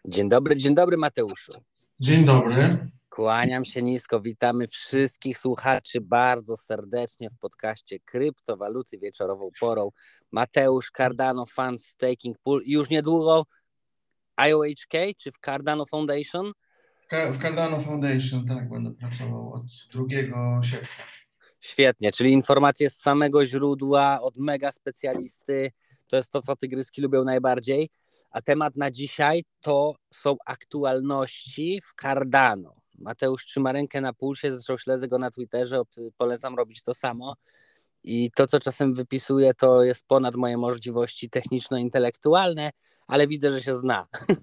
Dzień dobry Mateuszu. Dzień dobry. Kłaniam się nisko, witamy wszystkich słuchaczy bardzo serdecznie w podcaście Kryptowaluty wieczorową porą. Mateusz Cardano Fund Staking Pool i już niedługo IOHK czy w Cardano Foundation? W Cardano Foundation, tak, będę pracował od 2 sierpnia. Świetnie, czyli informacje z samego źródła, od mega specjalisty, to jest to, co tygryski lubią najbardziej. A temat na dzisiaj to są aktualności w Cardano. Mateusz trzyma rękę na pulsie, zresztą śledzę go na Twitterze, polecam robić to samo. I to, co czasem wypisuję, to jest ponad moje możliwości techniczno-intelektualne, ale widzę, że się zna.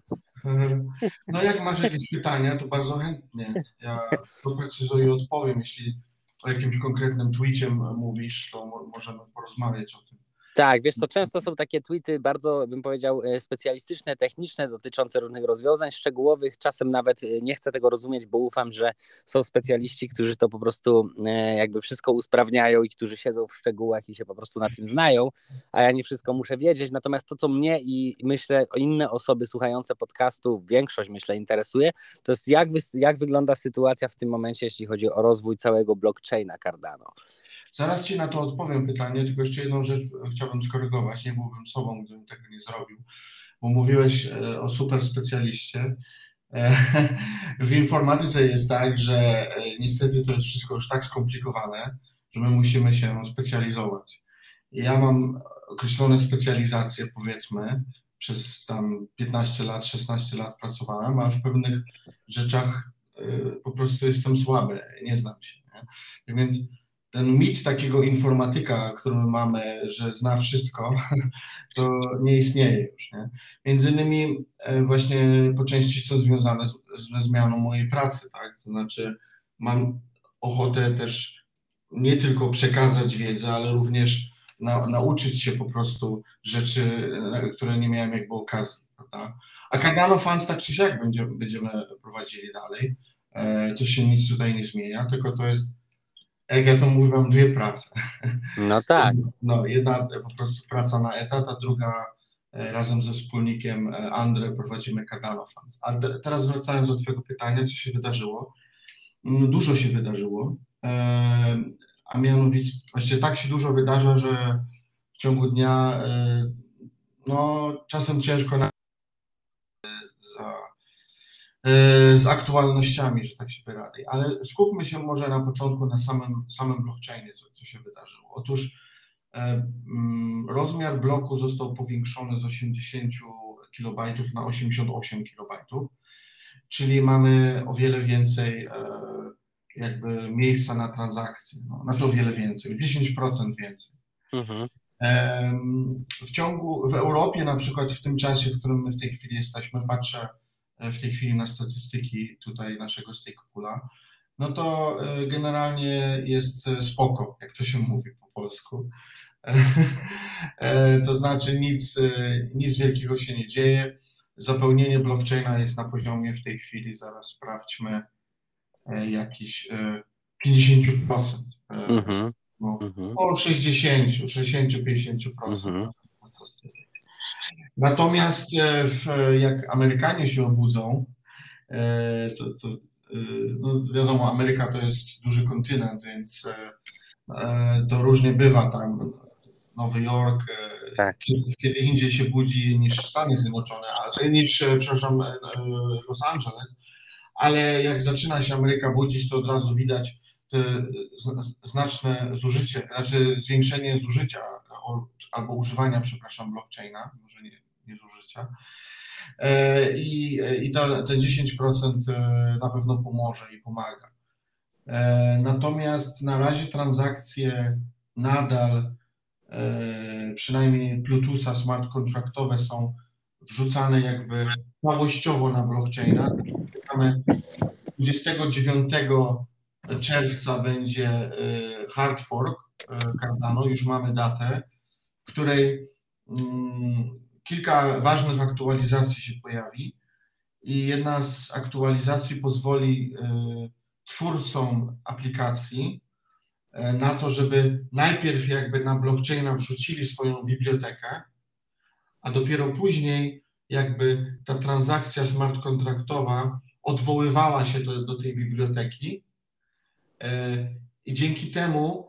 No jak masz jakieś pytania, to bardzo chętnie. Ja doprecyzuję i odpowiem. Jeśli o jakimś konkretnym tweetie mówisz, to możemy porozmawiać o tym. Tak, wiesz co, często są takie tweety bardzo, bym powiedział, specjalistyczne, techniczne, dotyczące różnych rozwiązań szczegółowych. Czasem nawet nie chcę tego rozumieć, bo ufam, że są specjaliści, którzy to po prostu jakby wszystko usprawniają i którzy siedzą w szczegółach i się po prostu na tym znają, a ja nie wszystko muszę wiedzieć. Natomiast to, co mnie i myślę inne osoby słuchające podcastu, większość myślę interesuje, to jest jak wygląda sytuacja w tym momencie, jeśli chodzi o rozwój całego blockchaina Cardano. Zaraz Ci na to odpowiem pytanie, tylko jeszcze jedną rzecz chciałbym skorygować. Nie byłbym sobą, gdybym tego nie zrobił, bo mówiłeś o super specjaliście. W informatyce jest tak, że niestety to jest wszystko już tak skomplikowane, że my musimy się specjalizować. Ja mam określone specjalizacje, powiedzmy, przez tam 15 lat, 16 lat pracowałem, a w pewnych rzeczach po prostu jestem słaby, nie znam się. Nie? Tak więc ten mit takiego informatyka, który my mamy, że zna wszystko, to nie istnieje już. Nie? Między innymi właśnie po części są związane ze zmianą mojej pracy, tak? To znaczy mam ochotę też nie tylko przekazać wiedzę, ale również nauczyć się po prostu rzeczy, które nie miałem jakby okazji. Prawda? A Cardano Funds tak czy siak będziemy prowadzili dalej. To się nic tutaj nie zmienia, tylko to jest, jak ja to mówię, mam dwie prace. No tak. No, jedna po prostu praca na etat, a druga razem ze wspólnikiem Andre prowadzimy Cardano Funds. Ale teraz wracając do Twojego pytania, co się wydarzyło. Dużo się wydarzyło, a mianowicie właściwie tak się dużo wydarza, że w ciągu dnia no, czasem ciężko z aktualnościami, że tak się wyrazi. Ale skupmy się może na początku na samym blockchainie, co się wydarzyło. Otóż rozmiar bloku został powiększony z 80 KB na 88 KB, czyli mamy o wiele więcej jakby miejsca na transakcje, no, znaczy o wiele więcej, 10% więcej. Mhm. W Europie na przykład w tym czasie, w którym my w tej chwili jesteśmy, patrzę w tej chwili na statystyki tutaj naszego stake poola, no to generalnie jest spoko, jak to się mówi po polsku. To znaczy nic wielkiego się nie dzieje. Zapełnienie blockchaina jest na poziomie w tej chwili, zaraz sprawdźmy, jakiś 50%. No, o 60-50%. Natomiast jak Amerykanie się obudzą, no wiadomo, Ameryka to jest duży kontynent, więc to różnie bywa tam. Nowy Jork, tak. Kiedy indziej się budzi niż Stany Zjednoczone, przepraszam, Los Angeles, ale jak zaczyna się Ameryka budzić, to od razu widać te znaczne zużycie, znaczy zwiększenie zużycia albo używania, przepraszam, blockchaina, może nie zużycia. I te 10% na pewno pomoże i pomaga. Natomiast na razie transakcje nadal, przynajmniej Plutusa smart kontraktowe, są wrzucane jakby całościowo na blockchaina. 29 czerwca będzie hard fork Cardano, już mamy datę, w której kilka ważnych aktualizacji się pojawi i jedna z aktualizacji pozwoli twórcom aplikacji na to, żeby najpierw jakby na blockchaina wrzucili swoją bibliotekę, a dopiero później jakby ta transakcja smart kontraktowa odwoływała się do tej biblioteki i dzięki temu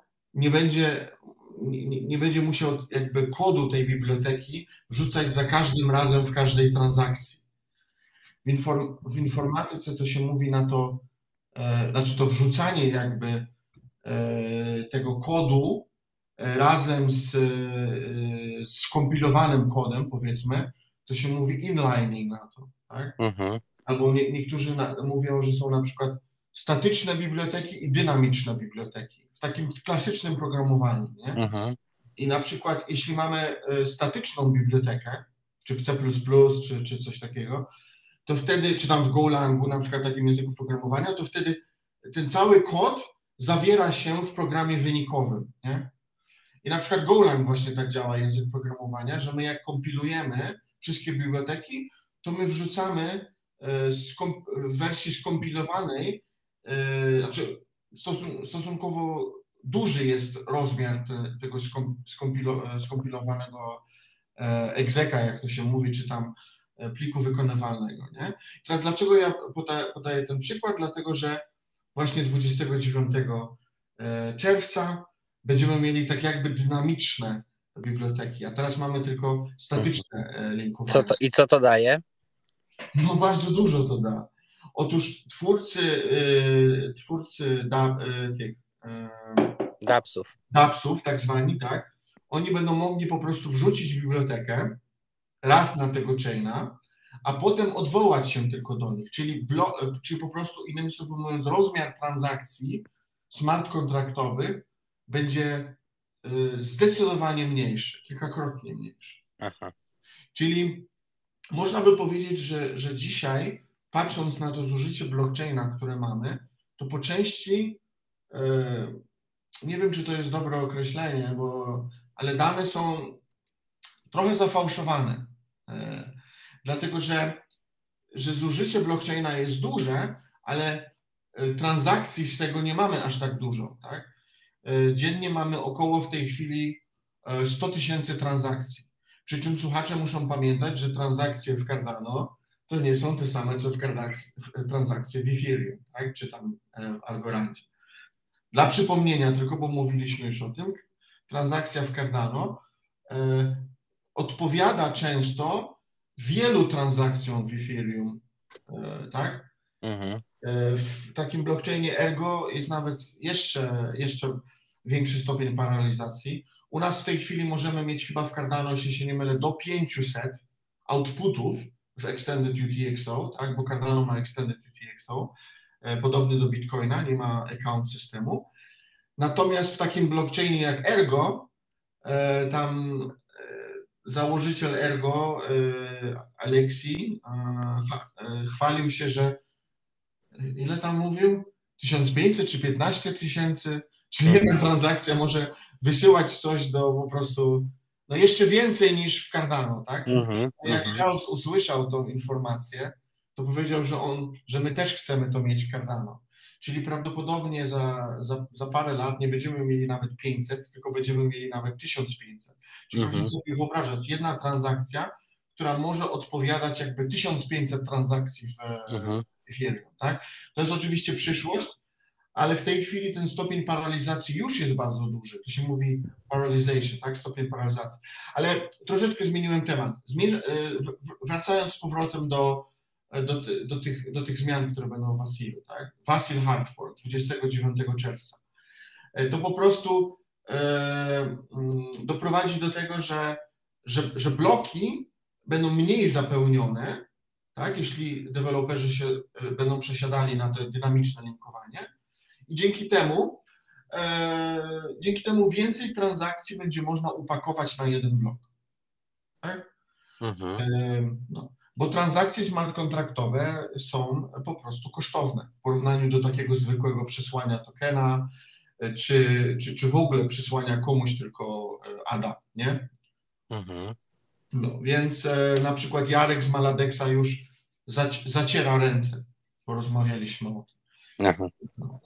nie będzie musiał jakby kodu tej biblioteki wrzucać za każdym razem w każdej transakcji. W informatyce to się mówi na to, znaczy to wrzucanie jakby tego kodu razem z skompilowanym kodem, powiedzmy, to się mówi inlining na to, tak? Albo niektórzy mówią, że są na przykład statyczne biblioteki i dynamiczne biblioteki w takim klasycznym programowaniu, nie? I na przykład jeśli mamy statyczną bibliotekę, czy w C++, czy coś takiego, to wtedy, czy tam w Golangu, na przykład takim języku programowania, to wtedy ten cały kod zawiera się w programie wynikowym, nie? I na przykład Golang właśnie tak działa, język programowania, że my jak kompilujemy wszystkie biblioteki, to my wrzucamy w wersji skompilowanej, znaczy stosunkowo duży jest rozmiar tego skompilowanego execa, jak to się mówi, czy tam pliku wykonywalnego, nie? Teraz dlaczego ja podaję ten przykład? Dlatego, że właśnie 29 czerwca będziemy mieli tak jakby dynamiczne biblioteki, a teraz mamy tylko statyczne linkowanie. I co to daje? No bardzo dużo to da. Otóż twórcy dAppsów, tak zwani, tak, oni będą mogli po prostu wrzucić bibliotekę raz na tego chaina, a potem odwołać się tylko do nich, czyli po prostu, innymi słowy mówiąc, rozmiar transakcji smart kontraktowych będzie zdecydowanie mniejszy, kilkakrotnie mniejszy. Czyli można by powiedzieć, że dzisiaj, patrząc na to zużycie blockchaina, które mamy, to po części, nie wiem, czy to jest dobre określenie, ale dane są trochę zafałszowane, dlatego że zużycie blockchaina jest duże, ale transakcji z tego nie mamy aż tak dużo, tak? Dziennie mamy około w tej chwili 100 000 transakcji. Przy czym słuchacze muszą pamiętać, że transakcje w Cardano to nie są te same, co transakcje w Ethereum, tak? Czy tam w Algorandzie. Dla przypomnienia, tylko bo mówiliśmy już o tym, transakcja w Cardano odpowiada często wielu transakcjom w Ethereum, tak? W takim blockchainie Ergo jest nawet jeszcze większy stopień paralizacji. U nas w tej chwili możemy mieć chyba w Cardano, jeśli się nie mylę, do 500 outputów w Extended UTXO, tak? Bo Cardano ma Extended UTXO, podobny do Bitcoina, nie ma account systemu. Natomiast w takim blockchainie jak Ergo, tam założyciel Ergo, Alexei, chwalił się, że ile tam mówił? 1500 czy 15 000, czyli jedna transakcja może wysyłać coś do po prostu, no jeszcze więcej niż w Cardano, tak? Jak Charles usłyszał tą informację, to powiedział, że my też chcemy to mieć w Cardano. Czyli prawdopodobnie za parę lat nie będziemy mieli nawet 500, tylko będziemy mieli nawet 1500. Czyli proszę sobie wyobrażać, jedna transakcja, która może odpowiadać jakby 1500 transakcji w Ethereum, tak? To jest oczywiście przyszłość, ale w tej chwili ten stopień paralizacji już jest bardzo duży. To się mówi paralyzation, tak? Stopień paralizacji. Ale troszeczkę zmieniłem temat. Wracając z powrotem do tych zmian, które będą w Vasilu, tak? Vasil Hardfork 29 czerwca. To po prostu doprowadzi do tego, że bloki będą mniej zapełnione, tak? Jeśli deweloperzy się będą przesiadali na to dynamiczne linkowanie. I dzięki temu więcej transakcji będzie można upakować na jeden blok. Tak? No. Bo transakcje smart kontraktowe są po prostu kosztowne w porównaniu do takiego zwykłego przesłania tokena, czy w ogóle przysłania komuś tylko ADA, nie? No, więc na przykład Jarek z Maladexa już zaciera ręce, porozmawialiśmy o tym. No.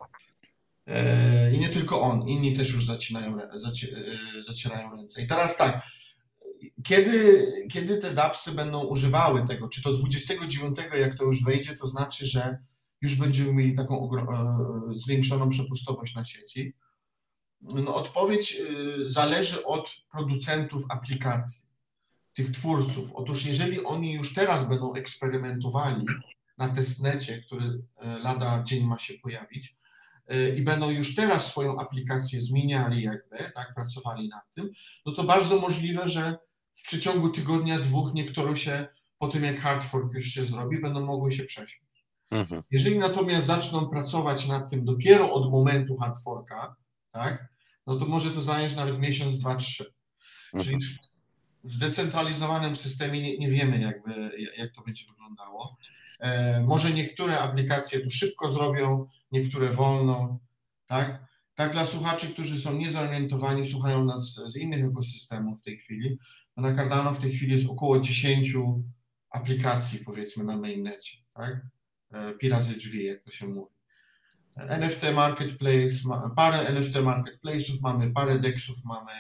I nie tylko on, inni też już zacierają ręce. I teraz tak, Kiedy te dAppsy będą używały tego? Czy to 29, jak to już wejdzie, to znaczy, że już będziemy mieli taką zwiększoną przepustowość na sieci? No, odpowiedź zależy od producentów aplikacji, tych twórców. Otóż jeżeli oni już teraz będą eksperymentowali na testnecie, który lada dzień ma się pojawić, i będą już teraz swoją aplikację zmieniali jakby, tak, pracowali nad tym, no to bardzo możliwe, że w przeciągu tygodnia, dwóch niektóre się, po tym jak hard fork już się zrobi, będą mogły się przesiąść. Jeżeli natomiast zaczną pracować nad tym dopiero od momentu hard forka, tak, no to może to zająć nawet miesiąc, dwa, trzy. Czyli w zdecentralizowanym systemie nie wiemy jakby, jak to będzie wyglądało. Może niektóre aplikacje to szybko zrobią, niektóre wolno, tak? Tak dla słuchaczy, którzy są niezorientowani, słuchają nas z innych ekosystemów w tej chwili, to na Cardano w tej chwili jest około 10 aplikacji, powiedzmy, na mainnecie, tak? Pi razy drzwi, jak to się mówi. NFT Marketplace, parę NFT Marketplace'ów mamy, parę DEXów mamy,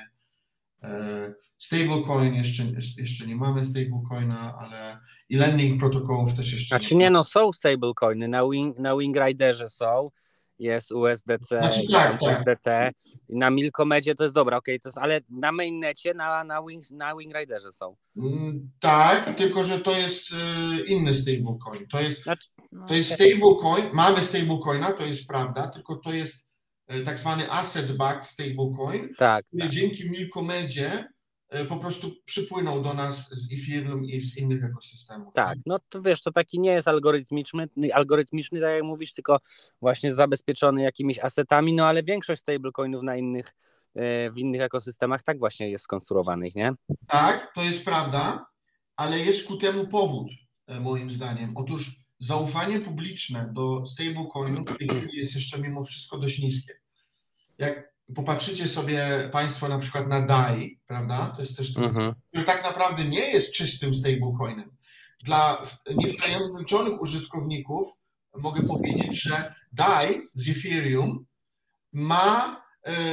stablecoin jeszcze nie mamy stablecoina, ale i lending protokołów też jeszcze nie. Znaczy nie, no są stablecoiny, na Wingriderze są, jest USDC, znaczy, tak. USDT, na Milkomedzie to jest dobra, okej, to jest, ale na mainnecie, na Wingriderze są. Tak, tylko że to jest inny stablecoin. To jest stablecoin, mamy stablecoina, to jest prawda, tylko to jest tak zwany asset-backed stablecoin, który dzięki Milkomedzie po prostu przypłynął do nas z Ethereum i z innych ekosystemów. Tak, no to wiesz, to taki nie jest algorytmiczny, tak jak mówisz, tylko właśnie zabezpieczony jakimiś asetami, no ale większość stablecoinów w innych ekosystemach tak właśnie jest skonstruowanych, nie? Tak, to jest prawda, ale jest ku temu powód, moim zdaniem. Otóż zaufanie publiczne do stablecoinów w tej chwili jest jeszcze mimo wszystko dość niskie. Jak popatrzycie sobie Państwo na przykład na DAI, prawda? To jest też coś, który tak naprawdę nie jest czystym stablecoinem. Dla niewtajemniczonych użytkowników mogę powiedzieć, że DAI z Ethereum ma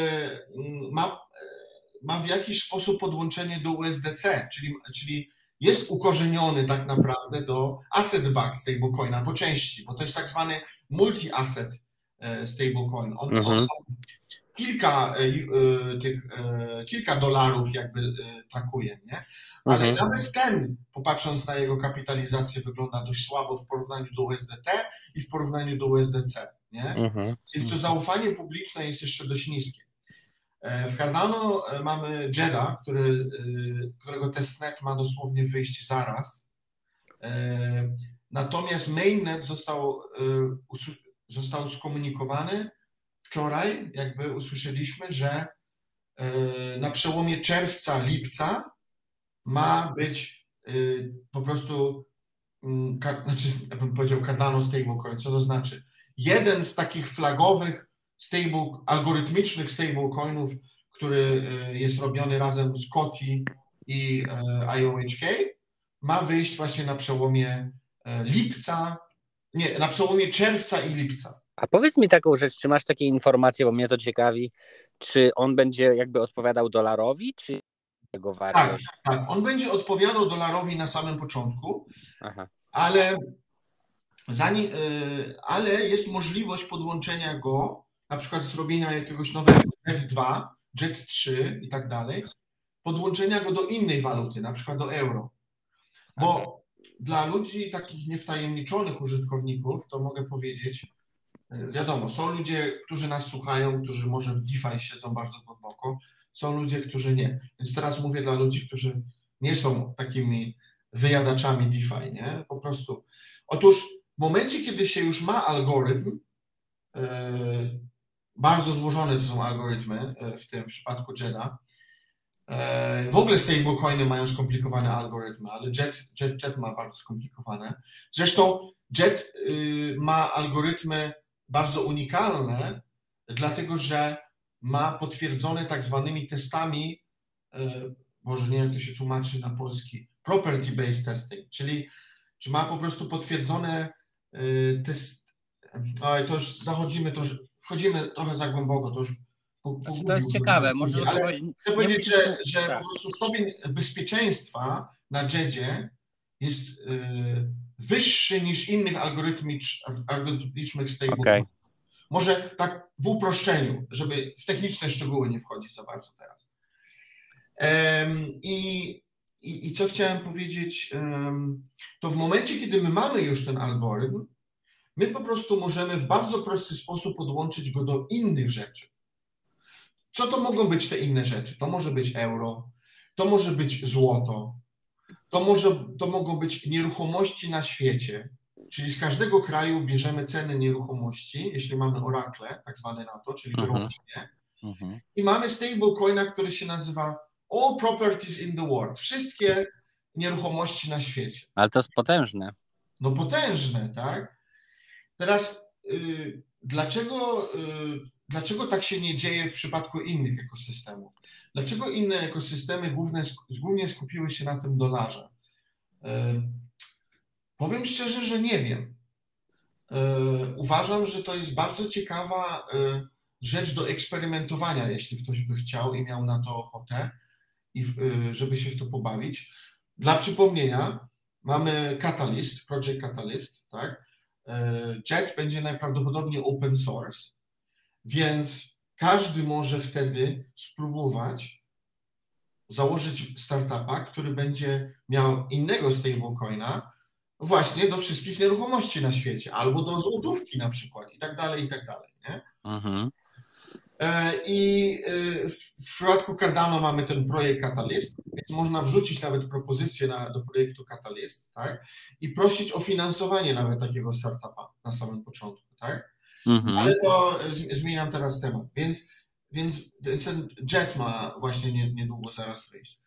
w jakiś sposób podłączenie do USDC, czyli jest ukorzeniony tak naprawdę do asset-backed stablecoina po części, bo to jest tak zwany multi-asset stablecoin. On kilka dolarów jakby trakuje, nie? Ale nawet ten, popatrząc na jego kapitalizację, wygląda dość słabo w porównaniu do USDT i w porównaniu do USDC, nie? Więc to zaufanie publiczne jest jeszcze dość niskie. W Cardano mamy Jeda, którego testnet ma dosłownie wyjść zaraz. Natomiast mainnet został skomunikowany wczoraj, jakby usłyszeliśmy, że na przełomie czerwca, lipca ma być po prostu, znaczy, ja bym powiedział Cardano stablecoin, co to znaczy? Jeden z takich flagowych algorytmicznych stablecoinów, który jest robiony razem z COTI i IOHK, ma wyjść właśnie na przełomie na przełomie czerwca i lipca. A powiedz mi taką rzecz, czy masz takie informacje, bo mnie to ciekawi, czy on będzie jakby odpowiadał dolarowi, czy jego wartość? Tak, on będzie odpowiadał dolarowi na samym początku, ale jest możliwość podłączenia go, na przykład zrobienia jakiegoś nowego JET 2, JET 3 i tak dalej, podłączenia go do innej waluty, na przykład do euro. Bo dla ludzi takich niewtajemniczonych użytkowników, to mogę powiedzieć, wiadomo, są ludzie, którzy nas słuchają, którzy może w DeFi siedzą bardzo głęboko, są ludzie, którzy nie. Więc teraz mówię dla ludzi, którzy nie są takimi wyjadaczami DeFi, nie? Po prostu. Otóż w momencie, kiedy się już ma algorytm, bardzo złożone to są algorytmy, w tym przypadku Jeda, w ogóle stablecoiny mają skomplikowane algorytmy, ale Jet ma bardzo skomplikowane. Zresztą Jet ma algorytmy bardzo unikalne, dlatego że ma potwierdzone tak zwanymi testami, może nie wiem, jak to się tłumaczy na polski, property-based testing, czyli ma po prostu potwierdzone test. To już wchodzimy trochę za głęboko, to już Znaczy, to jest ciekawe, może ale chcę powiedzieć, że tak. po prostu stopień bezpieczeństwa na JEDzie jest wyższy niż innych algorytmicznych stablecoinów. Okay. Może tak w uproszczeniu, żeby w techniczne szczegóły nie wchodzić za bardzo teraz. I co chciałem powiedzieć, to w momencie, kiedy my mamy już ten algorytm, my po prostu możemy w bardzo prosty sposób podłączyć go do innych rzeczy. Co to mogą być te inne rzeczy? To może być euro, to może być złoto, to mogą być nieruchomości na świecie, czyli z każdego kraju bierzemy ceny nieruchomości, jeśli mamy oracle, tak zwane na to, czyli wyrocznie, i mamy stablecoina, który się nazywa All Properties in the World, wszystkie nieruchomości na świecie. Ale to jest potężne. No potężne, tak? Teraz dlaczego tak się nie dzieje w przypadku innych ekosystemów? Dlaczego inne ekosystemy głównie skupiły się na tym dolarze? Powiem szczerze, że nie wiem. Uważam, że to jest bardzo ciekawa rzecz do eksperymentowania, jeśli ktoś by chciał i miał na to ochotę, i żeby się w to pobawić. Dla przypomnienia, mamy Catalyst, Project Catalyst, tak? JET będzie najprawdopodobniej open source, więc każdy może wtedy spróbować założyć startupa, który będzie miał innego stablecoina właśnie do wszystkich nieruchomości na świecie, albo do złotówki na przykład i tak dalej, nie? I w przypadku Cardano mamy ten projekt Catalyst, więc można wrzucić nawet propozycję do projektu Catalyst, tak? I prosić o finansowanie nawet takiego startupa na samym początku, tak? Ale to zmieniam teraz temat, więc ten JET ma właśnie niedługo zaraz wyjść.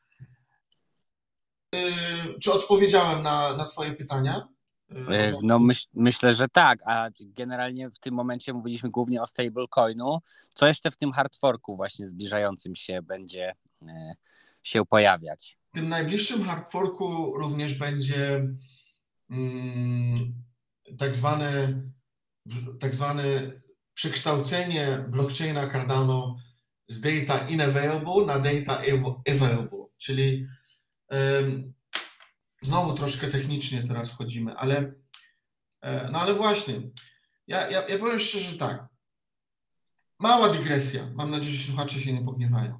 Czy odpowiedziałem na Twoje pytania? No myślę, że tak, a generalnie w tym momencie mówiliśmy głównie o stablecoinu. Co jeszcze w tym hardforku właśnie zbliżającym się będzie się pojawiać? W tym najbliższym hardforku również będzie tak zwane przekształcenie blockchaina Cardano z data inavailable na data available, czyli znowu troszkę technicznie teraz wchodzimy, ale właśnie, ja powiem szczerze tak, mała dygresja, mam nadzieję, że słuchacze się nie pogniewają.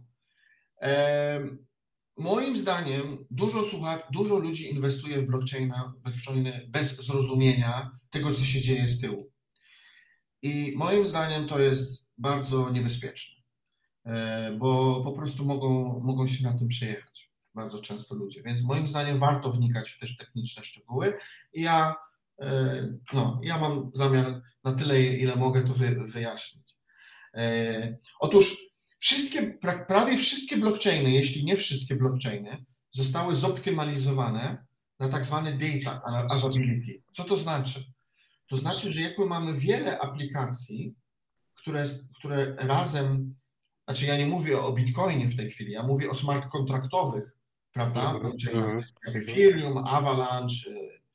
Moim zdaniem dużo ludzi inwestuje w blockchainy bez zrozumienia tego, co się dzieje z tyłu. I moim zdaniem to jest bardzo niebezpieczne, bo po prostu mogą się na tym przejechać bardzo często ludzie. Więc moim zdaniem warto wnikać w te techniczne szczegóły i ja mam zamiar na tyle, ile mogę to wyjaśnić. Otóż prawie wszystkie blockchainy, jeśli nie wszystkie blockchainy, zostały zoptymalizowane na tak zwany data availability. Co to znaczy? To znaczy, że jak my mamy wiele aplikacji, które razem, znaczy ja nie mówię o Bitcoinie w tej chwili, ja mówię o smart kontraktowych, prawda? Blockchainach, jak Ethereum, Avalanche,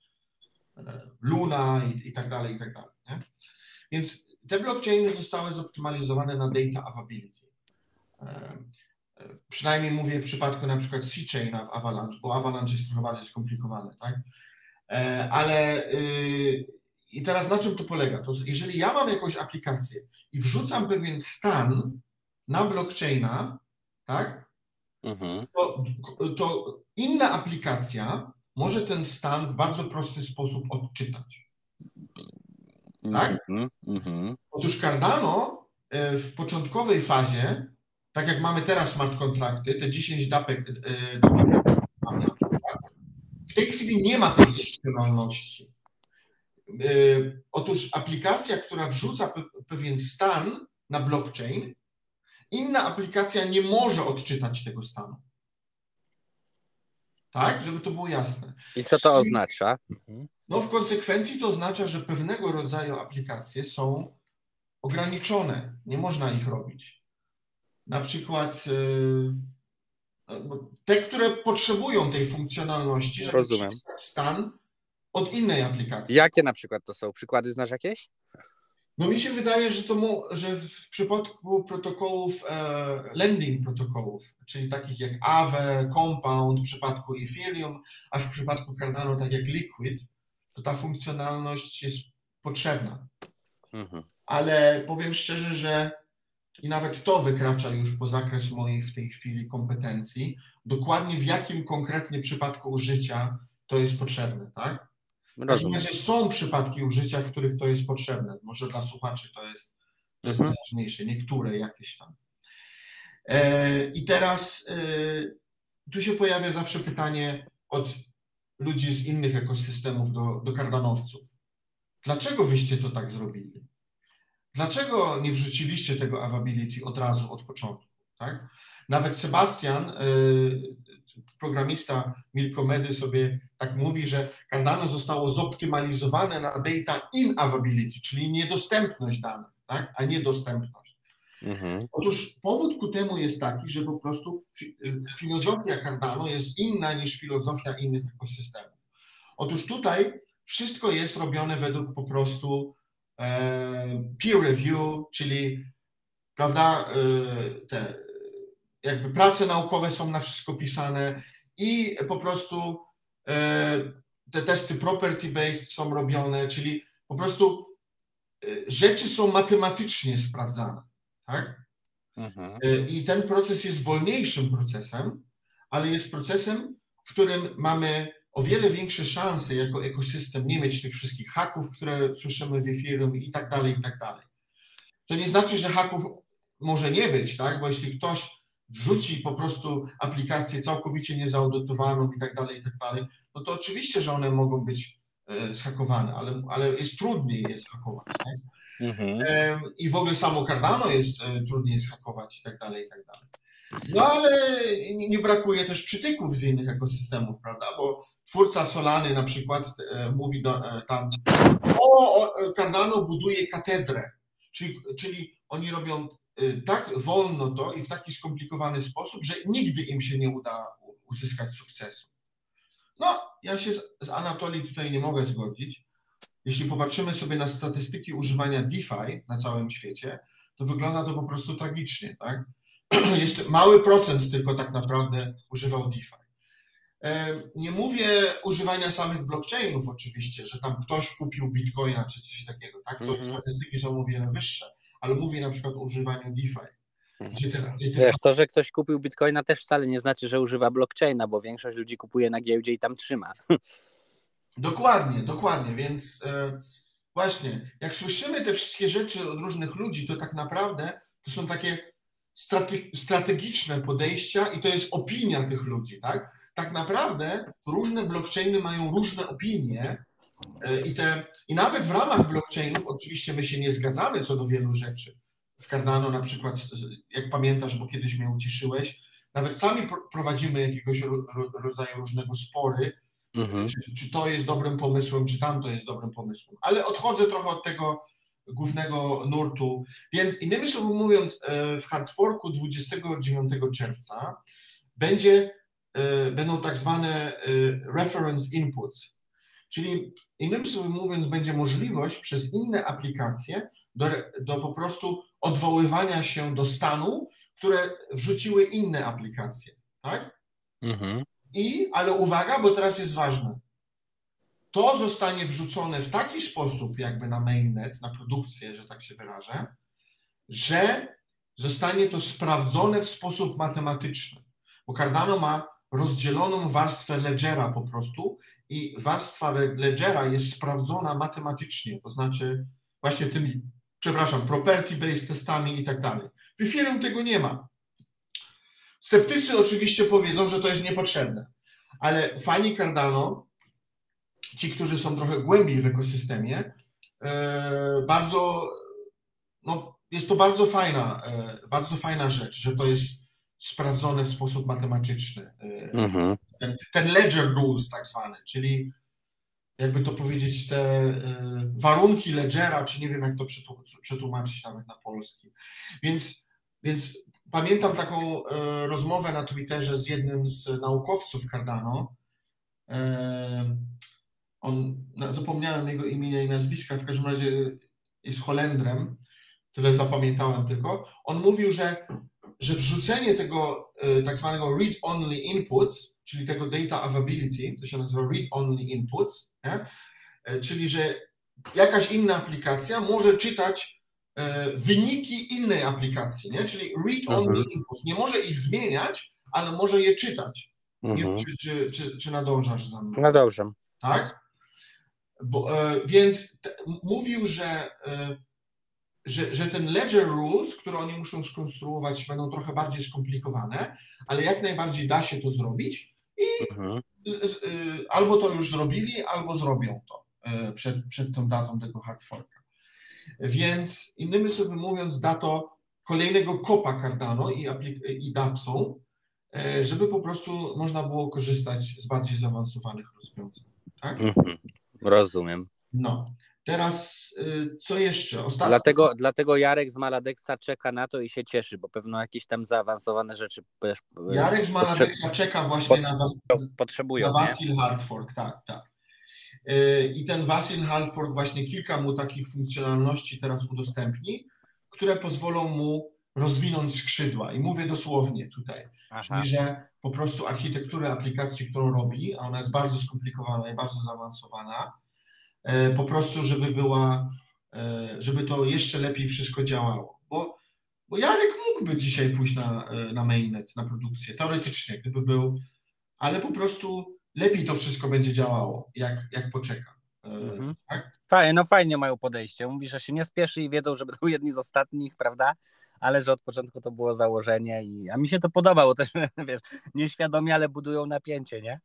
Luna i tak dalej, nie? Więc te blockchainy zostały zoptymalizowane na data availability. Przynajmniej mówię w przypadku na przykład C-Chaina w Avalanche, bo Avalanche jest trochę bardziej skomplikowane, tak? Ale i teraz na czym to polega? To jeżeli ja mam jakąś aplikację i wrzucam pewien stan na blockchaina, tak? To inna aplikacja może ten stan w bardzo prosty sposób odczytać. Tak? Otóż Cardano w początkowej fazie, tak jak mamy teraz smart kontrakty, te 10 dapek mamy na przykład, w tej chwili nie ma tej funkcjonalności. Otóż aplikacja, która wrzuca pewien stan na blockchain, inna aplikacja nie może odczytać tego stanu. Tak? Żeby to było jasne. I co to oznacza? No w konsekwencji to oznacza, że pewnego rodzaju aplikacje są ograniczone. Nie można ich robić. Na przykład te, które potrzebują tej funkcjonalności, żeby odczytać stan od innej aplikacji. Jakie na przykład to są? Przykłady znasz jakieś? No mi się wydaje, że w przypadku protokołów, lending protokołów, czyli takich jak Aave, Compound, w przypadku Ethereum, a w przypadku Cardano tak jak Liquid, to ta funkcjonalność jest potrzebna. Ale powiem szczerze, że i nawet to wykracza już po zakres moich w tej chwili kompetencji, dokładnie w jakim konkretnie przypadku użycia to jest potrzebne, tak? W każdym razie są przypadki użycia, w których to jest potrzebne. Może dla słuchaczy to jest najważniejsze, niektóre jakieś tam. I teraz tu się pojawia zawsze pytanie od ludzi z innych ekosystemów do kardanowców. Dlaczego wyście to tak zrobili? Dlaczego nie wrzuciliście tego availability od razu, od początku? Tak? Nawet Sebastian, programista Milkomedy, sobie tak mówi, że Cardano zostało zoptymalizowane na data inavailability, czyli niedostępność danych, tak? A nie dostępność. Otóż powód ku temu jest taki, że po prostu filozofia Cardano jest inna niż filozofia innych ekosystemów. Otóż tutaj wszystko jest robione według po prostu peer review, czyli, prawda, te jakby prace naukowe są na wszystko pisane i po prostu te testy property-based są robione, czyli po prostu rzeczy są matematycznie sprawdzane, tak? I ten proces jest wolniejszym procesem, ale jest procesem, w którym mamy o wiele większe szanse jako ekosystem nie mieć tych wszystkich haków, które słyszymy w Ethereum i tak dalej, i tak dalej. To nie znaczy, że haków może nie być, tak? Bo jeśli ktoś wrzuci po prostu aplikację całkowicie niezaaudytowaną i tak dalej, no to oczywiście, że one mogą być zhakowane, ale jest trudniej je zhakować. Tak? I w ogóle samo Cardano jest trudniej zhakować i tak dalej, i tak dalej. No ale nie brakuje też przytyków z innych ekosystemów, prawda? Bo twórca Solany na przykład mówi tam, Cardano buduje katedrę, czyli oni robią tak wolno to i w taki skomplikowany sposób, że nigdy im się nie uda uzyskać sukcesu. No, ja się z Anatolii tutaj nie mogę zgodzić. Jeśli popatrzymy sobie na statystyki używania DeFi na całym świecie, to wygląda to po prostu tragicznie, tak? Jeszcze mały procent tylko tak naprawdę używał DeFi. Nie mówię używania samych blockchainów oczywiście, że tam ktoś kupił bitcoina czy coś takiego, tak? To statystyki są o wiele wyższe, ale mówię na przykład o używaniu DeFi. Wiesz, to, że ktoś kupił bitcoina też wcale nie znaczy, że używa blockchaina, bo większość ludzi kupuje na giełdzie i tam trzyma. Dokładnie, więc właśnie, jak słyszymy te wszystkie rzeczy od różnych ludzi, to tak naprawdę to są takie strategiczne podejścia i to jest opinia tych ludzi, tak? Tak naprawdę różne blockchainy mają różne opinie i nawet w ramach blockchainów oczywiście my się nie zgadzamy co do wielu rzeczy. W Cardano na przykład, jak pamiętasz, bo kiedyś mnie uciszyłeś, nawet sami prowadzimy jakiegoś rodzaju różnego spory, czy to jest dobrym pomysłem, czy tamto jest dobrym pomysłem. Ale odchodzę trochę od tego głównego nurtu. Więc innymi słowy mówiąc, w hardforku 29 czerwca będą tak zwane reference inputs, czyli innymi słowy mówiąc, będzie możliwość przez inne aplikacje do po prostu odwoływania się do stanu, które wrzuciły inne aplikacje, tak? Ale uwaga, bo teraz jest ważne. To zostanie wrzucone w taki sposób jakby na mainnet, na produkcję, że tak się wyrażę, że zostanie to sprawdzone w sposób matematyczny. Bo Cardano ma rozdzieloną warstwę ledgera po prostu i warstwa ledgera jest sprawdzona matematycznie, to znaczy właśnie tymi, property-based testami i tak dalej. W Ethereum tego nie ma. Sceptycy oczywiście powiedzą, że to jest niepotrzebne, ale fani Cardano, ci, którzy są trochę głębiej w ekosystemie, jest to bardzo fajna rzecz, że to jest sprawdzone w sposób matematyczny. Ten ledger rules tak zwany, czyli jakby to powiedzieć, te warunki ledgera, czy nie wiem jak to przetłumaczyć nawet na polski. Więc pamiętam taką rozmowę na Twitterze z jednym z naukowców Cardano. Zapomniałem jego imienia i nazwiska, w każdym razie jest Holendrem, tyle zapamiętałem tylko. On mówił, że wrzucenie tego tak zwanego read-only inputs, czyli tego data availability, to się nazywa read-only inputs, nie? Czyli że jakaś inna aplikacja może czytać wyniki innej aplikacji, nie? Czyli read-only inputs. Nie może ich zmieniać, ale może je czytać. Nie wiem, czy nadążasz za mną. Nadążam. Tak? Więc mówił, że ten ledger rules, które oni muszą skonstruować, będą trochę bardziej skomplikowane, ale jak najbardziej da się to zrobić i albo to już zrobili, albo zrobią to przed tą datą tego hard forka. Więc innymi słowy mówiąc, da to kolejnego kopa Cardano i dAppsą, żeby po prostu można było korzystać z bardziej zaawansowanych rozwiązań. Tak? Rozumiem. No. Teraz co jeszcze? Ostatnio... Dlatego Jarek z Maladexa czeka na to i się cieszy, bo pewno jakieś tam zaawansowane rzeczy Jarek z Maladexa czeka właśnie na Vasil hard fork, tak. I ten Vasil hard fork właśnie kilka mu takich funkcjonalności teraz udostępni, które pozwolą mu rozwinąć skrzydła. I mówię dosłownie tutaj, czyli że po prostu architekturę aplikacji, którą robi, a ona jest bardzo skomplikowana i bardzo zaawansowana, po prostu, żeby to jeszcze lepiej wszystko działało. Bo Jarek mógłby dzisiaj pójść na mainnet, na produkcję, teoretycznie, gdyby był, ale po prostu lepiej to wszystko będzie działało, jak poczeka. Tak? Fajnie mają podejście. Mówi, że się nie spieszy i wiedzą, że będą jedni z ostatnich, prawda? Ale że od początku to było założenie a mi się to podobało też, wiesz, nieświadomie, ale budują napięcie, nie?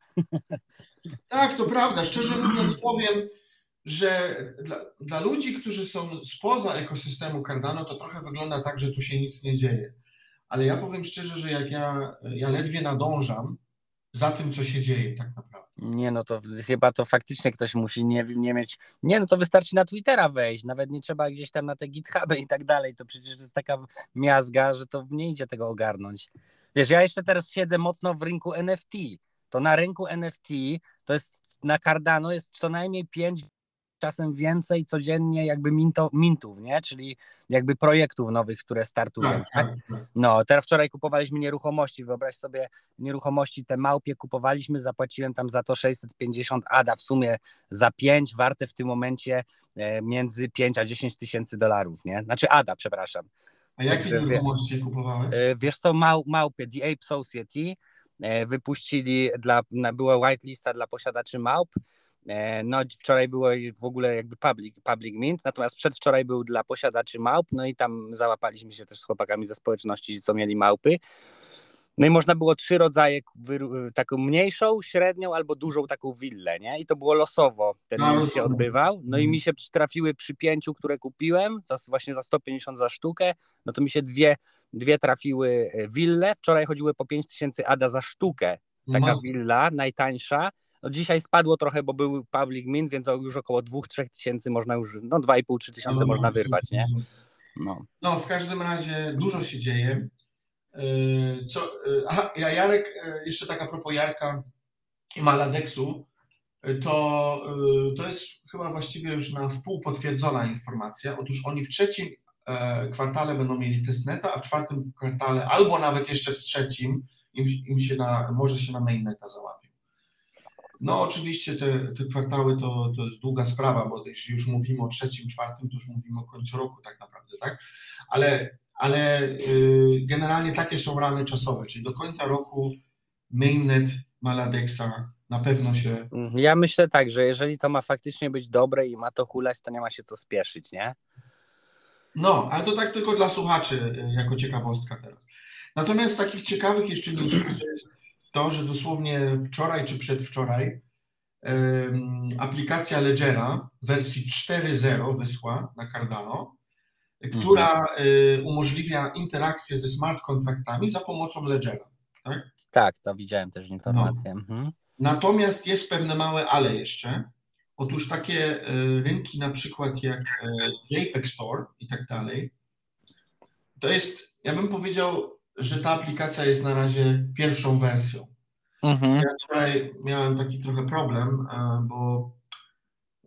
Tak, to prawda. Szczerze mówiąc powiem, że dla ludzi, którzy są spoza ekosystemu Cardano, to trochę wygląda tak, że tu się nic nie dzieje. Ale ja powiem szczerze, że jak ja ledwie nadążam za tym, co się dzieje tak naprawdę. Nie, no to chyba to faktycznie ktoś musi nie mieć... Nie, no to wystarczy na Twittera wejść, nawet nie trzeba gdzieś tam na te GitHuby i tak dalej, to przecież to jest taka miazga, że to nie idzie tego ogarnąć. Wiesz, ja jeszcze teraz siedzę mocno w rynku NFT, to na rynku NFT to jest, na Cardano jest co najmniej 5, czasem więcej codziennie jakby mintów, nie? Czyli jakby projektów nowych, które startują. Tak? No, teraz wczoraj kupowaliśmy nieruchomości, wyobraź sobie, nieruchomości te małpie kupowaliśmy, zapłaciłem tam za to 650 ADA w sumie za 5, warte w tym momencie między 5 a 10 tysięcy dolarów, nie? Znaczy ADA, przepraszam. A jakie nieruchomości kupowałeś? Wiesz co, małpy, The Ape Society wypuścili, była whitelista dla posiadaczy małp. No wczoraj było w ogóle jakby public mint, natomiast przedwczoraj był dla posiadaczy małp, no i tam załapaliśmy się też z chłopakami ze społeczności, co mieli małpy. No i można było 3 rodzaje, taką mniejszą, średnią albo dużą taką willę, nie? I to było losowo, ten mint się odbywał. No i mi się trafiły przy 5, które kupiłem, właśnie za 150 za sztukę, no to mi się dwie trafiły wille. Wczoraj chodziły po 5000 ADA za sztukę, taka willa, najtańsza. No dzisiaj spadło trochę, bo był public mint, więc już około 2-3 tysięcy można już, 2,5-3 tysiące można wyrwać, nie? No, w każdym razie dużo się dzieje. Jarek, jeszcze tak a propos Jarka i Maladexu, to jest chyba właściwie już na wpół potwierdzona informacja. Otóż oni w trzecim kwartale będą mieli testneta, a w czwartym kwartale, albo nawet jeszcze w trzecim, może się na mainneta załapią. No oczywiście te kwartały to jest długa sprawa, bo jeśli już mówimy o trzecim, czwartym, to już mówimy o końcu roku tak naprawdę, tak? Ale generalnie takie są ramy czasowe, czyli do końca roku mainnet Maladexa na pewno się... Ja myślę tak, że jeżeli to ma faktycznie być dobre i ma to hulać, to nie ma się co spieszyć, nie? No, ale to tak tylko dla słuchaczy, jako ciekawostka teraz. Natomiast z takich ciekawych jeszcze newsów jest to, że dosłownie wczoraj czy przedwczoraj aplikacja Ledgera w wersji 4.0 wyszła na Cardano, która umożliwia interakcję ze smart kontraktami za pomocą Ledgera. Tak, tak, to widziałem też informację. No. Natomiast jest pewne małe ale jeszcze. Otóż takie rynki na przykład jak JPEG Store i tak dalej, to jest, ja bym powiedział, że ta aplikacja jest na razie pierwszą wersją. Ja wczoraj miałem taki trochę problem, bo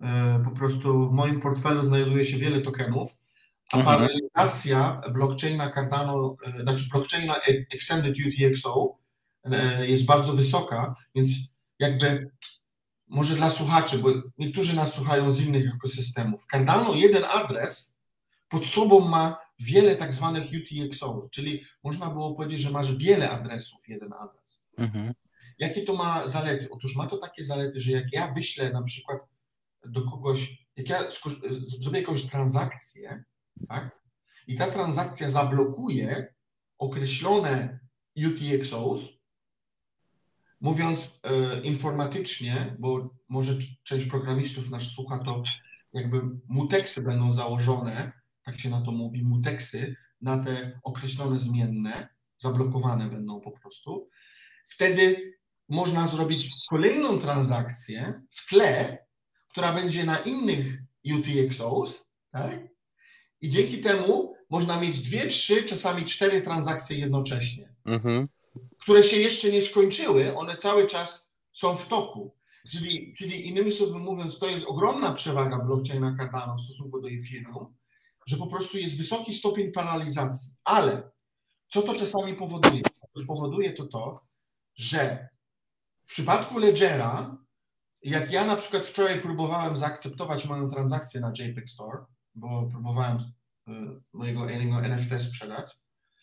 Po prostu w moim portfelu znajduje się wiele tokenów, a Mhm. paralizacja blockchaina Cardano, znaczy blockchaina Extended UTXO jest bardzo wysoka, więc jakby może dla słuchaczy, bo niektórzy nas słuchają z innych ekosystemów. Cardano, jeden adres pod sobą ma wiele tak zwanych UTXO, czyli można było powiedzieć, że masz wiele adresów, jeden adres. Mhm. Jakie to ma zalety? Otóż ma to takie zalety, że jak ja wyślę na przykład do kogoś, jak ja zrobię jakąś transakcję, tak, i ta transakcja zablokuje określone UTXOs, mówiąc informatycznie, bo może część programistów nas słucha, to jakby muteksy będą założone, tak się na to mówi, muteksy na te określone zmienne, zablokowane będą po prostu. Wtedy można zrobić kolejną transakcję w tle, która będzie na innych UTXOs, tak? I dzięki temu można mieć 2, 3, czasami 4 transakcje jednocześnie, które się jeszcze nie skończyły, one cały czas są w toku. Czyli innymi słowy mówiąc, to jest ogromna przewaga blockchaina Cardano w stosunku do Ethereum, że po prostu jest wysoki stopień paralizacji. Ale co to czasami powoduje? Powoduje to, że w przypadku Ledgera, jak ja na przykład wczoraj próbowałem zaakceptować moją transakcję na JPEG Store, bo próbowałem mojego NFT sprzedać,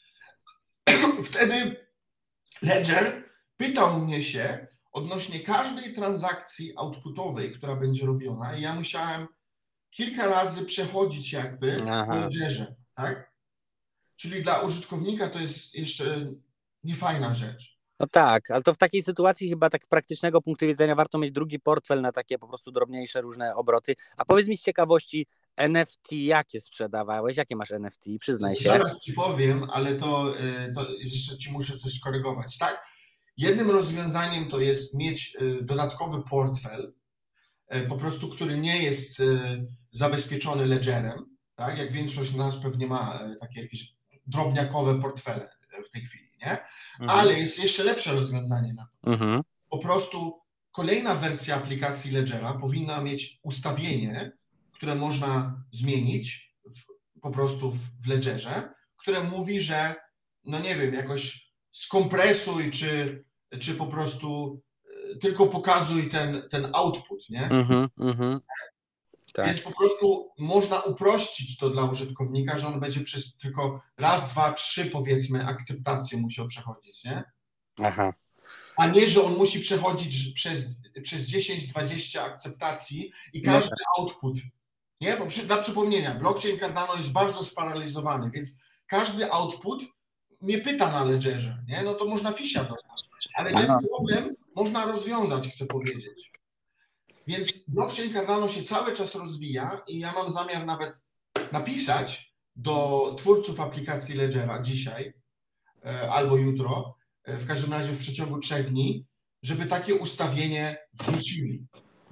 wtedy Ledger pytał mnie się odnośnie każdej transakcji outputowej, która będzie robiona, i ja musiałem kilka razy przechodzić jakby po Ledgerze, tak? Czyli dla użytkownika to jest jeszcze niefajna rzecz. No tak, ale to w takiej sytuacji chyba tak praktycznego punktu widzenia warto mieć drugi portfel na takie po prostu drobniejsze różne obroty. A powiedz mi z ciekawości, NFT jakie sprzedawałeś? Jakie masz NFT? Przyznaj się. Zaraz ci powiem, ale to jeszcze ci muszę coś skorygować, tak? Jednym rozwiązaniem to jest mieć dodatkowy portfel, po prostu, który nie jest zabezpieczony ledgerem, tak? Jak większość z nas pewnie ma takie jakieś drobniakowe portfele w tej chwili, nie? Ale jest jeszcze lepsze rozwiązanie na to. Po prostu kolejna wersja aplikacji Ledgera powinna mieć ustawienie, które można zmienić po prostu w Ledgerze, które mówi, że no nie wiem, jakoś skompresuj, czy po prostu tylko pokazuj ten output, nie? Tak. Więc po prostu można uprościć to dla użytkownika, że on będzie przez tylko raz, dwa, trzy powiedzmy akceptacje musiał przechodzić, nie? Aha. A nie, że on musi przechodzić przez 10-20 akceptacji i każdy output, nie? Bo dla przypomnienia, blockchain Cardano jest bardzo sparaliżowany, więc każdy output nie pyta na Ledgerze, nie? No to można fisia dostać, ale ten problem można rozwiązać, chcę powiedzieć. Więc blockchain Cardano się cały czas rozwija i ja mam zamiar nawet napisać do twórców aplikacji Ledgera dzisiaj albo jutro, w każdym razie w przeciągu 3 dni, żeby takie ustawienie wrzucili.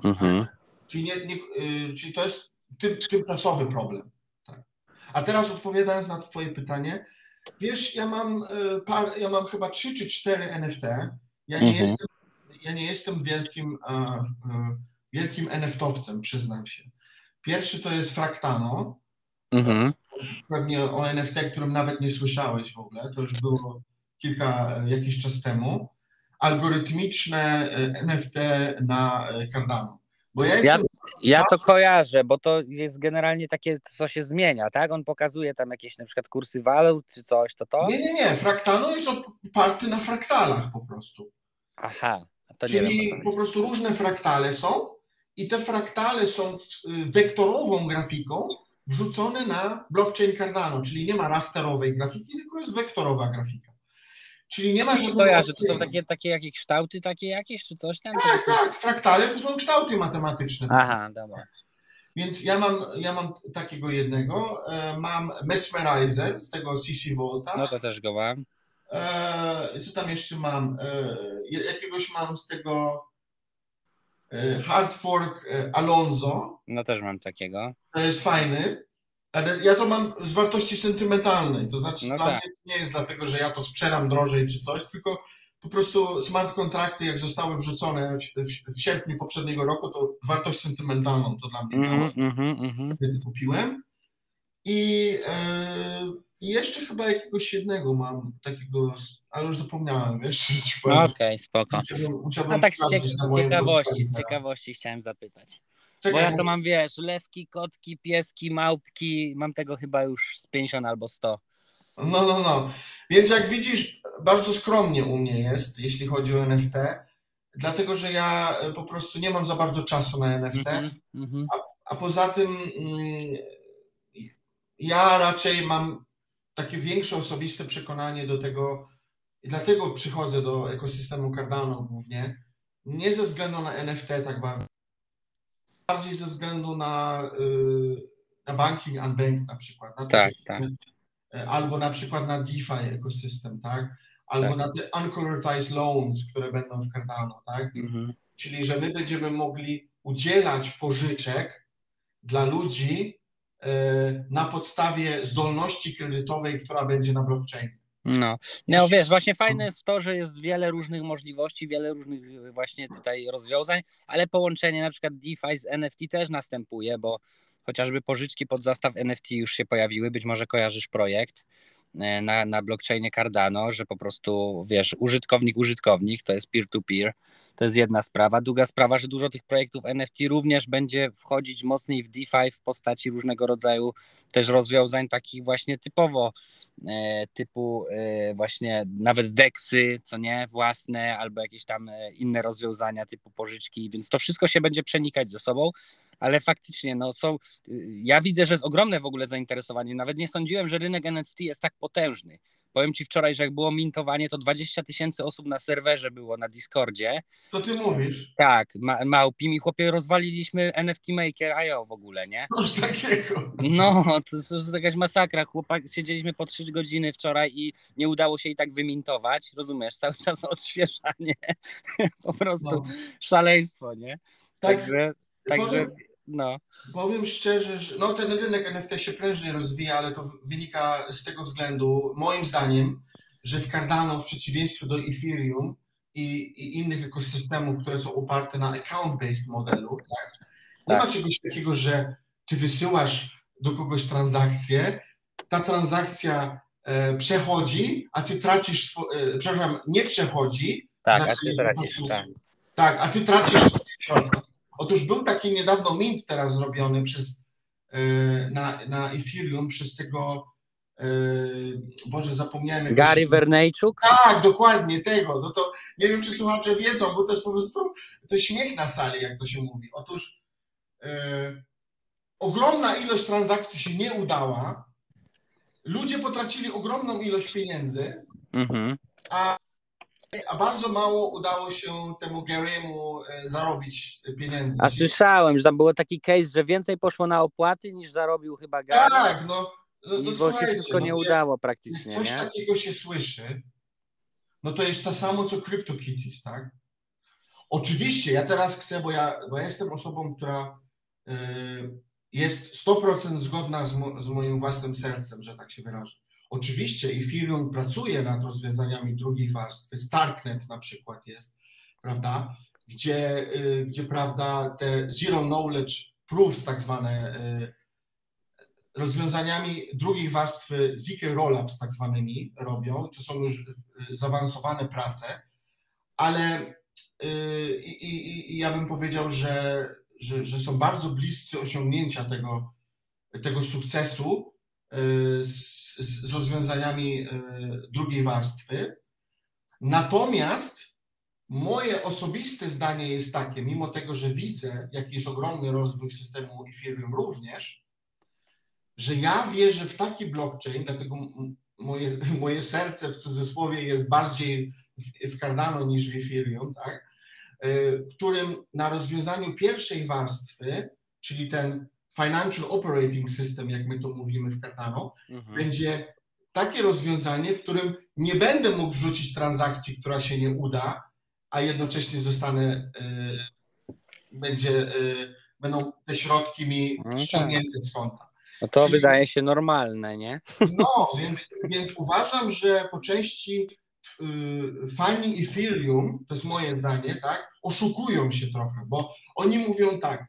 Czyli to jest tymczasowy problem. Tak. A teraz odpowiadając na twoje pytanie, wiesz, ja mam chyba 3 czy 4 NFT. Ja nie jestem wielkim NFT-owcem, przyznam się. Pierwszy to jest Fractano. Pewnie o NFT, którym nawet nie słyszałeś w ogóle. To już było jakiś czas temu. Algorytmiczne NFT na Cardano. Bo ja to kojarzę, bo to jest generalnie takie, co się zmienia, tak? On pokazuje tam jakieś na przykład kursy walut czy coś, to? Nie. Fractano jest oparty na fraktalach po prostu. Aha. To czyli nie wiem, po prostu różne fraktale są i te fraktale są wektorową grafiką wrzucone na blockchain Cardano, czyli nie ma rasterowej grafiki, tylko jest wektorowa grafika. Czyli nie ma żadnego... Kojarzę, to są takie jakieś kształty takie jakieś, czy coś tam? Tak, fraktale to są kształty matematyczne. Aha, dobra. Więc ja mam takiego jednego, mam Mesmerizer z tego CC Volta. No to też go mam. Co tam jeszcze mam? Jakiegoś mam z tego Hard Fork Alonso. No też mam takiego. To jest fajny, ale ja to mam z wartości sentymentalnej. To znaczy dla mnie nie jest dlatego, że ja to sprzedam drożej czy coś, tylko po prostu smart kontrakty, jak zostały wrzucone w sierpniu poprzedniego roku, to wartość sentymentalną to dla mnie miało, wtedy kupiłem. I jeszcze chyba jakiegoś jednego mam takiego, ale już zapomniałem, wiesz, Okej, spoko. Musiałbym tak sprawdzić na z moim ciekawości chciałem zapytać. Czekaj, Bo ja to mam, wiesz, lewki, kotki, pieski, małpki, mam tego chyba już z 50 albo 100. No. Więc jak widzisz, bardzo skromnie u mnie jest, jeśli chodzi o NFT, dlatego że ja po prostu nie mam za bardzo czasu na NFT, a poza tym ja raczej mam takie większe osobiste przekonanie do tego, i dlatego przychodzę do ekosystemu Cardano głównie, nie ze względu na NFT tak bardzo, bardziej ze względu na banking unbanked na przykład, na to, Tak. albo na przykład na DeFi ekosystem, tak? Albo na te uncollateralized loans, które będą w Cardano, tak? Czyli, że my będziemy mogli udzielać pożyczek dla ludzi na podstawie zdolności kredytowej, która będzie na blockchainie. No wiesz, właśnie fajne jest to, że jest wiele różnych możliwości, wiele różnych właśnie tutaj rozwiązań, ale połączenie na przykład DeFi z NFT też następuje, bo chociażby pożyczki pod zastaw NFT już się pojawiły, być może kojarzysz projekt na blockchainie Cardano, że po prostu wiesz, użytkownik to jest peer-to-peer. To jest jedna sprawa. Druga sprawa, że dużo tych projektów NFT również będzie wchodzić mocniej w DeFi w postaci różnego rodzaju też rozwiązań takich właśnie typu właśnie nawet DEXy, co nie, własne albo jakieś tam inne rozwiązania typu pożyczki, więc to wszystko się będzie przenikać ze sobą, ale faktycznie ja widzę, że jest ogromne w ogóle zainteresowanie. Nawet nie sądziłem, że rynek NFT jest tak potężny. Powiem ci wczoraj, że jak było mintowanie, to 20 000 osób na serwerze było na Discordzie. Co ty mówisz? Tak, małpi mi chłopie rozwaliliśmy NFT Maker.io w ogóle, nie? Coś takiego. No, to jest jakaś masakra. Siedzieliśmy po 3 godziny wczoraj i nie udało się i tak wymintować. Rozumiesz, cały czas odświeżanie. Po prostu szaleństwo, nie? Także no. Powiem szczerze, że ten rynek NFT się prężnie rozwija, ale to wynika z tego względu, moim zdaniem, że w Cardano w przeciwieństwie do Ethereum i innych ekosystemów, które są oparte na account-based modelu, tak? Nie ma czegoś takiego, że ty wysyłasz do kogoś transakcję, ta transakcja przechodzi, a ty tracisz, nie przechodzi. Tak, a ty tracisz, tak, a ty tracisz środki. Otóż był taki niedawno mint teraz zrobiony na Ethereum przez tego, Boże, zapomniałem. Gary Vernejczuk? Tak, dokładnie tego. No to nie wiem, czy słuchacze wiedzą, bo to jest po prostu to jest śmiech na sali, jak to się mówi. Otóż ogromna ilość transakcji się nie udała, ludzie potracili ogromną ilość pieniędzy, a bardzo mało udało się temu Gary'emu zarobić pieniędzy. A słyszałem, że tam było taki case, że więcej poszło na opłaty niż zarobił chyba Gary. Tak, bo się wszystko nie udało praktycznie. Jak coś takiego się słyszy, no to jest to samo co CryptoKitties, tak? Oczywiście ja teraz chcę, bo ja jestem osobą, która jest 100% zgodna z moim własnym sercem, że tak się wyrażę. Oczywiście Ethereum pracuje nad rozwiązaniami drugiej warstwy, Starknet na przykład jest, prawda, gdzie prawda, te zero knowledge proofs tak zwane, rozwiązaniami drugiej warstwy ZK Rollups tak zwanymi robią, to są już zaawansowane prace, ale ja bym powiedział, że są bardzo bliscy osiągnięcia tego sukcesu z rozwiązaniami drugiej warstwy. Natomiast moje osobiste zdanie jest takie, mimo tego, że widzę, jaki jest ogromny rozwój systemu Ethereum również, że ja wierzę w taki blockchain, dlatego moje serce w cudzysłowie jest bardziej w Cardano niż w Ethereum, tak? W którym na rozwiązaniu pierwszej warstwy, czyli ten Financial Operating System, jak my to mówimy w Cardano, będzie takie rozwiązanie, w którym nie będę mógł wrzucić transakcji, która się nie uda, a jednocześnie będą te środki mi ściągnięte z konta. No to wydaje się normalne, nie? No, więc uważam, że po części fani Ethereum, to jest moje zdanie, tak, oszukują się trochę, bo oni mówią tak,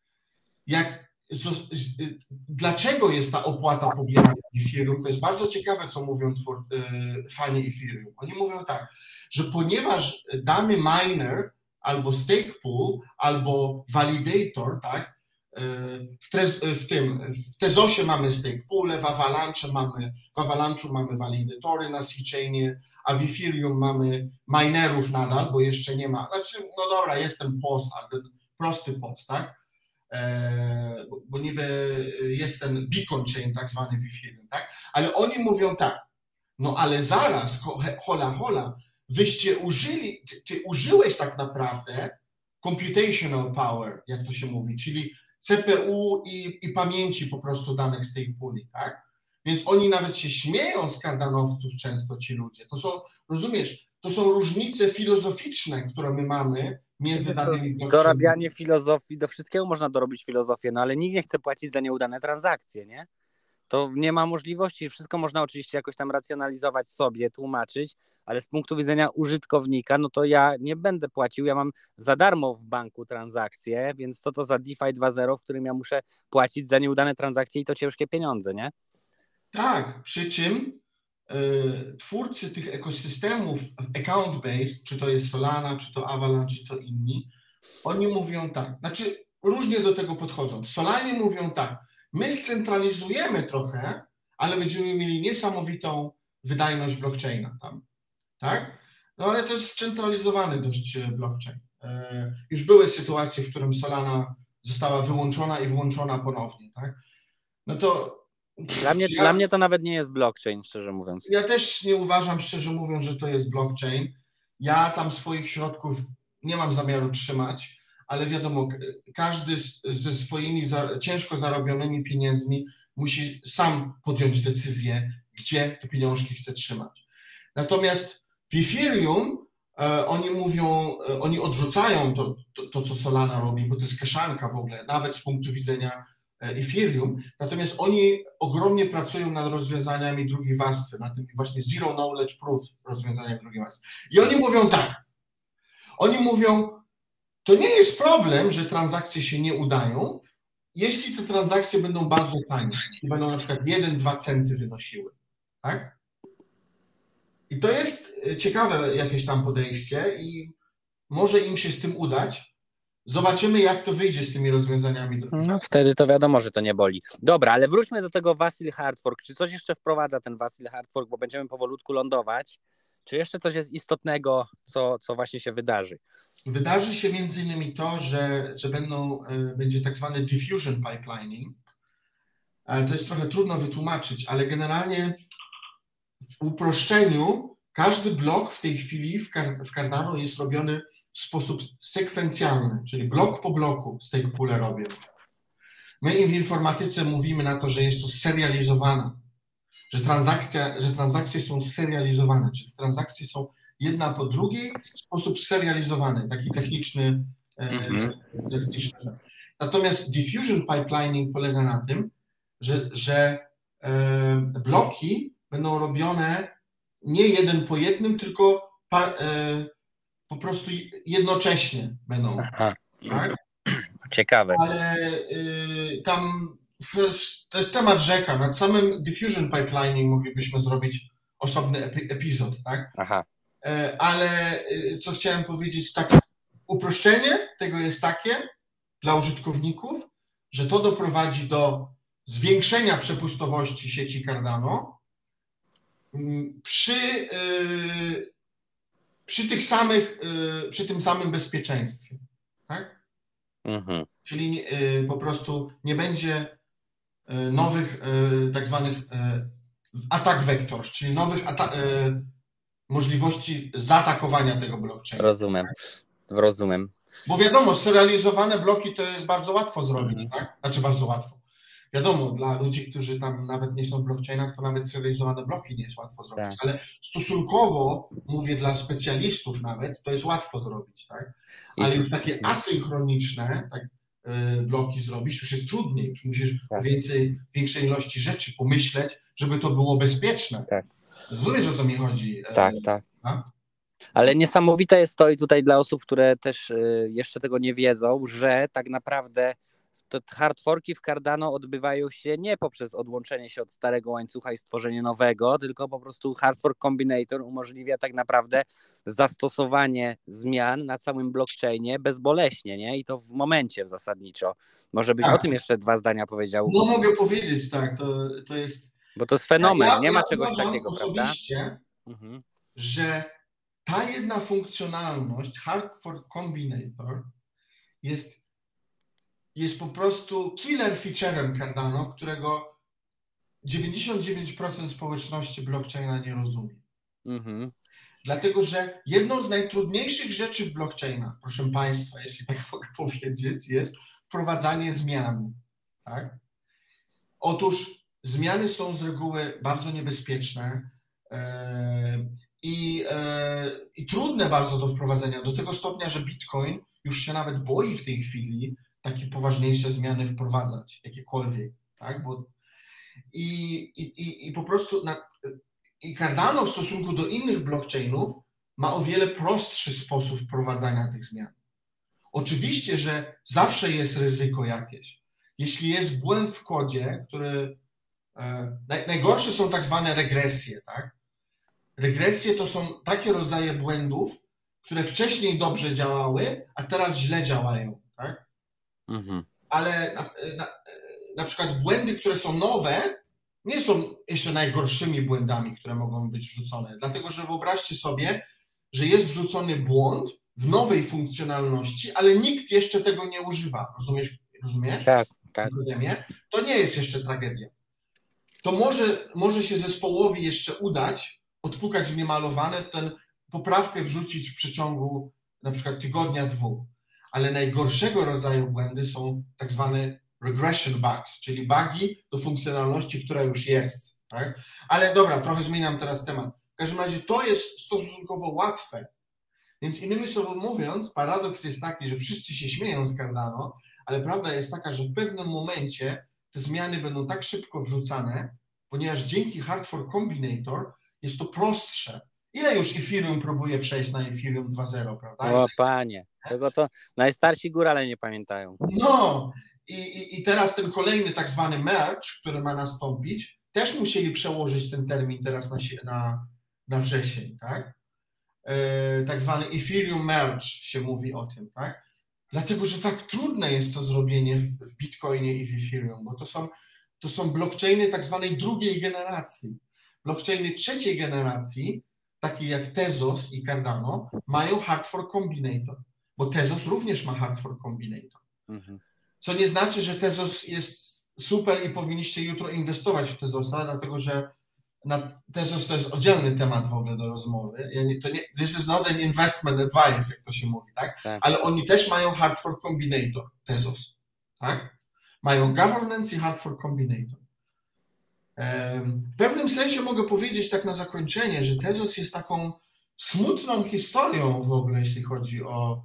dlaczego jest ta opłata pobierana w Ethereum? To jest bardzo ciekawe, co mówią fani Ethereum. Oni mówią tak, że ponieważ dany miner albo stake pool, albo validator, tak, w Tezosie mamy stake poole, w Avalanche'u mamy validatory na C-chainie, a w Ethereum mamy minerów nadal, bo jeszcze nie ma, znaczy, no dobra, jest ten POS, ale prosty POS, tak? Bo niby jest ten beacon chain tak zwany w Ethereum, tak? Ale oni mówią tak, no ale zaraz, hola, ty użyłeś tak naprawdę computational power, jak to się mówi, czyli CPU i pamięci po prostu danych z tej puli, tak? Więc oni nawet się śmieją z kardanowców często, ci ludzie. To są, rozumiesz, to są różnice filozoficzne, które my mamy między danymi blockchainami. Dorabianie filozofii, do wszystkiego można dorobić filozofię, no ale nikt nie chce płacić za nieudane transakcje, nie? To nie ma możliwości, wszystko można oczywiście jakoś tam racjonalizować sobie, tłumaczyć, ale z punktu widzenia użytkownika, no to ja nie będę płacił, ja mam za darmo w banku transakcje, więc co to za DeFi 2.0, w którym ja muszę płacić za nieudane transakcje i to ciężkie pieniądze, nie? Tak, przy czym twórcy tych ekosystemów account-based, czy to jest Solana, czy to Avalanche, czy co inni, oni mówią tak, znaczy różnie do tego podchodzą. W Solanie mówią tak, my scentralizujemy trochę, ale będziemy mieli niesamowitą wydajność blockchaina tam, tak? No ale to jest scentralizowany dość blockchain. Już były sytuacje, w którym Solana została wyłączona i włączona ponownie, tak? No to Dla mnie to nawet nie jest blockchain, szczerze mówiąc. Ja też nie uważam, szczerze mówiąc, że to jest blockchain. Ja tam swoich środków nie mam zamiaru trzymać, ale wiadomo, każdy ze swoimi ciężko zarobionymi pieniędzmi musi sam podjąć decyzję, gdzie te pieniążki chce trzymać. Natomiast w Ethereum oni mówią, oni odrzucają to, co Solana robi, bo to jest kaszanka w ogóle, nawet z punktu widzenia Ethereum, natomiast oni ogromnie pracują nad rozwiązaniami drugiej warstwy, na tym właśnie Zero Knowledge Proof rozwiązaniami drugiej warstwy. I oni mówią tak, to nie jest problem, że transakcje się nie udają, jeśli te transakcje będą bardzo tanie, jeśli będą na przykład 1-2 centy wynosiły, tak? I to jest ciekawe jakieś tam podejście i może im się z tym udać. Zobaczymy, jak to wyjdzie z tymi rozwiązaniami. No wtedy to wiadomo, że to nie boli. Dobra, ale wróćmy do tego Wasil Hardfork. Czy coś jeszcze wprowadza ten Wasil Hardfork, bo będziemy powolutku lądować? Czy jeszcze coś jest istotnego, co właśnie się wydarzy? Wydarzy się między innymi to, że będzie tak zwany diffusion pipelining. To jest trochę trudno wytłumaczyć, ale generalnie w uproszczeniu każdy blok w tej chwili w Cardano jest robiony w sposób sekwencjalny, czyli blok po bloku z tej puli robię. My w informatyce mówimy na to, że jest to serializowane, że transakcje są serializowane, czyli transakcje są jedna po drugiej w sposób serializowany, taki techniczny. Natomiast diffusion pipelining polega na tym, że bloki będą robione nie jeden po jednym, tylko po prostu jednocześnie będą. Aha. Tak? Ciekawe. Ale tam to jest temat rzeka. Nad samym diffusion pipelining moglibyśmy zrobić osobny epizod, tak? Aha. Ale co chciałem powiedzieć, tak, uproszczenie tego jest takie dla użytkowników, że to doprowadzi do zwiększenia przepustowości sieci Cardano przy tym samym bezpieczeństwie, tak? Mhm. Czyli po prostu nie będzie nowych tak zwanych attack vectors, czyli nowych możliwości zaatakowania tego blockchaina. Rozumiem. Bo wiadomo, serializowane bloki to jest bardzo łatwo zrobić, tak? Znaczy bardzo łatwo. Wiadomo, dla ludzi, którzy tam nawet nie są w blockchainach, to nawet serializowane bloki nie jest łatwo zrobić, tak. Ale stosunkowo, mówię dla specjalistów nawet, to jest łatwo zrobić, tak? Ale już takie asynchroniczne bloki zrobić, już jest trudniej, już musisz o większej ilości rzeczy pomyśleć, żeby to było bezpieczne. Tak. Rozumiesz, o co mi chodzi? Tak. prawda? Ale niesamowite jest to i tutaj dla osób, które też jeszcze tego nie wiedzą, że tak naprawdę to hard forki w Cardano odbywają się nie poprzez odłączenie się od starego łańcucha i stworzenie nowego, tylko po prostu hard fork combinator umożliwia tak naprawdę zastosowanie zmian na całym blockchainie bezboleśnie, nie? I to w momencie zasadniczo. Może byś o Tak. tym jeszcze 2 zdania powiedział. No mogę powiedzieć, tak, to jest... Bo to jest fenomen, nie ma Ja czegoś uważam takiego, prawda? osobiście, Mhm. że ta jedna funkcjonalność, Hard Fork Combinator, jest po prostu killer featurem Cardano, którego 99% społeczności blockchaina nie rozumie. Mhm. Dlatego, że jedną z najtrudniejszych rzeczy w blockchainach, proszę Państwa, jeśli tak mogę powiedzieć, jest wprowadzanie zmian. Tak? Otóż zmiany są z reguły bardzo niebezpieczne i trudne bardzo do wprowadzenia, do tego stopnia, że Bitcoin już się nawet boi w tej chwili takie poważniejsze zmiany wprowadzać, jakiekolwiek. Tak? I po prostu i Cardano w stosunku do innych blockchainów ma o wiele prostszy sposób wprowadzania tych zmian. Oczywiście, że zawsze jest ryzyko jakieś. Jeśli jest błąd w kodzie, który... Najgorsze są tak zwane regresje. Tak? Regresje to są takie rodzaje błędów, które wcześniej dobrze działały, a teraz źle działają. Tak? Mhm. Ale na przykład błędy, które są nowe, nie są jeszcze najgorszymi błędami, które mogą być wrzucone. Dlatego, że wyobraźcie sobie, że jest wrzucony błąd w nowej funkcjonalności, ale nikt jeszcze tego nie używa. Rozumiesz? Tak, tak. To nie jest jeszcze tragedia. To może się zespołowi jeszcze udać odpukać w niemalowane, tę poprawkę wrzucić w przeciągu na przykład tygodnia, 2. Ale najgorszego rodzaju błędy są tak zwane regression bugs, czyli bugi do funkcjonalności, która już jest. Tak? Ale dobra, trochę zmieniam teraz temat. W każdym razie to jest stosunkowo łatwe. Więc innymi słowy mówiąc, paradoks jest taki, że wszyscy się śmieją z Cardano, ale prawda jest taka, że w pewnym momencie te zmiany będą tak szybko wrzucane, ponieważ dzięki Hard Fork Combinator jest to prostsze. Ile już Ethereum próbuje przejść na Ethereum 2.0, prawda? O panie, tego to najstarsi górale nie pamiętają. No i teraz ten kolejny tak zwany merge, który ma nastąpić, też musieli przełożyć ten termin teraz na wrzesień, tak? Tak zwany Ethereum merge się mówi o tym, tak? Dlatego, że tak trudne jest to zrobienie w Bitcoinie i w Ethereum, bo to są blockchainy tak zwanej drugiej generacji. Blockchainy trzeciej generacji, takie jak Tezos i Cardano, mają Hard Fork Combinator, bo Tezos również ma Hard Fork Combinator. Mhm. Co nie znaczy, że Tezos jest super i powinniście jutro inwestować w Tezosa, dlatego że Tezos to jest oddzielny temat w ogóle do rozmowy. This is not an investment advice, jak to się mówi, tak? Ale oni też mają Hard Fork Combinator, Tezos, tak? Mają governance i Hard Fork Combinator. W pewnym sensie mogę powiedzieć tak na zakończenie, że Tezos jest taką smutną historią w ogóle, jeśli chodzi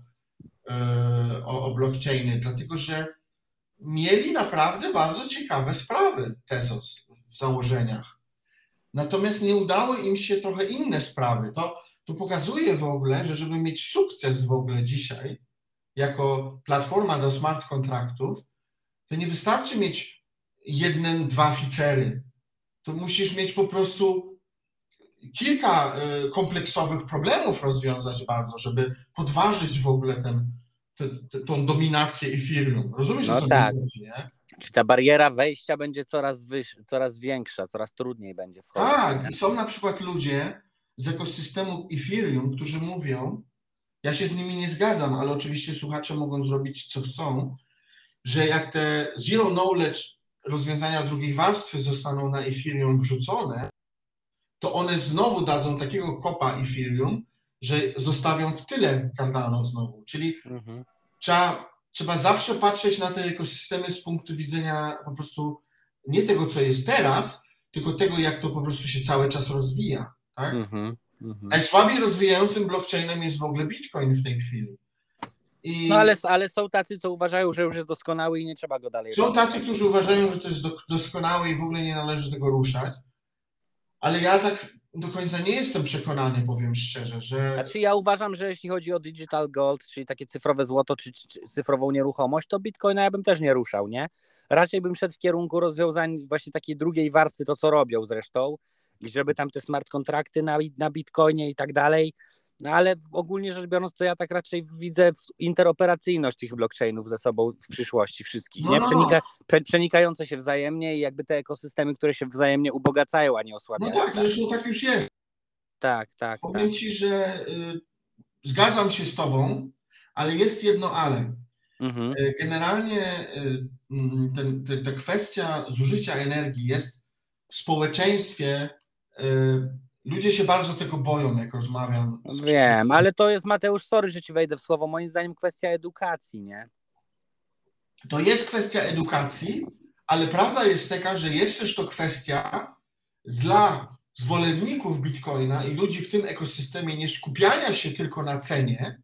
o blockchainy, dlatego że mieli naprawdę bardzo ciekawe sprawy Tezos w założeniach. Natomiast nie udało im się trochę inne sprawy. To pokazuje w ogóle, że żeby mieć sukces w ogóle dzisiaj jako platforma do smart kontraktów, to nie wystarczy mieć 1, 2 feature'y. To musisz mieć po prostu kilka kompleksowych problemów rozwiązać bardzo, żeby podważyć w ogóle tą dominację Ethereum. Rozumiesz, no co tak. mi chodzi, nie? Czy ta bariera wejścia będzie coraz większa, coraz trudniej będzie wchodzić? Tak, i są na przykład ludzie z ekosystemu Ethereum, którzy mówią, ja się z nimi nie zgadzam, ale oczywiście słuchacze mogą zrobić co chcą, że jak te zero knowledge rozwiązania drugiej warstwy zostaną na Ethereum wrzucone, to one znowu dadzą takiego kopa Ethereum, że zostawią w tyle Cardano znowu. Czyli trzeba zawsze patrzeć na te ekosystemy z punktu widzenia po prostu nie tego, co jest teraz, tylko tego, jak to po prostu się cały czas rozwija. Tak? Najsłabiej rozwijającym blockchainem jest w ogóle Bitcoin w tej chwili. No ale są tacy, co uważają, że już jest doskonały i nie trzeba go dalej Są tacy, którzy uważają, że to jest doskonały i w ogóle nie należy tego ruszać. Ale ja tak do końca nie jestem przekonany, powiem szczerze, że... Znaczy ja uważam, że jeśli chodzi o digital gold, czyli takie cyfrowe złoto, czy cyfrową nieruchomość, to Bitcoina ja bym też nie ruszał, nie? Raczej bym szedł w kierunku rozwiązań właśnie takiej drugiej warstwy, to co robią zresztą, i żeby tam te smart kontrakty na Bitcoinie i tak dalej. No ale ogólnie rzecz biorąc, to ja tak raczej widzę interoperacyjność tych blockchainów ze sobą w przyszłości wszystkich, nie? Przenikające się wzajemnie i jakby te ekosystemy, które się wzajemnie ubogacają, a nie No osłabiają. tak, zresztą tak już jest. Tak. Powiem Ci, że zgadzam się z Tobą, ale jest jedno ale. Mhm. Generalnie ta kwestia zużycia energii jest w społeczeństwie, ludzie się bardzo tego boją, jak rozmawiam z Wiem, ale to jest, Mateusz, sorry, że ci wejdę w słowo, moim zdaniem kwestia edukacji, nie? To jest kwestia edukacji, ale prawda jest taka, że jest też to kwestia dla zwolenników Bitcoina i ludzi w tym ekosystemie nie skupiania się tylko na cenie,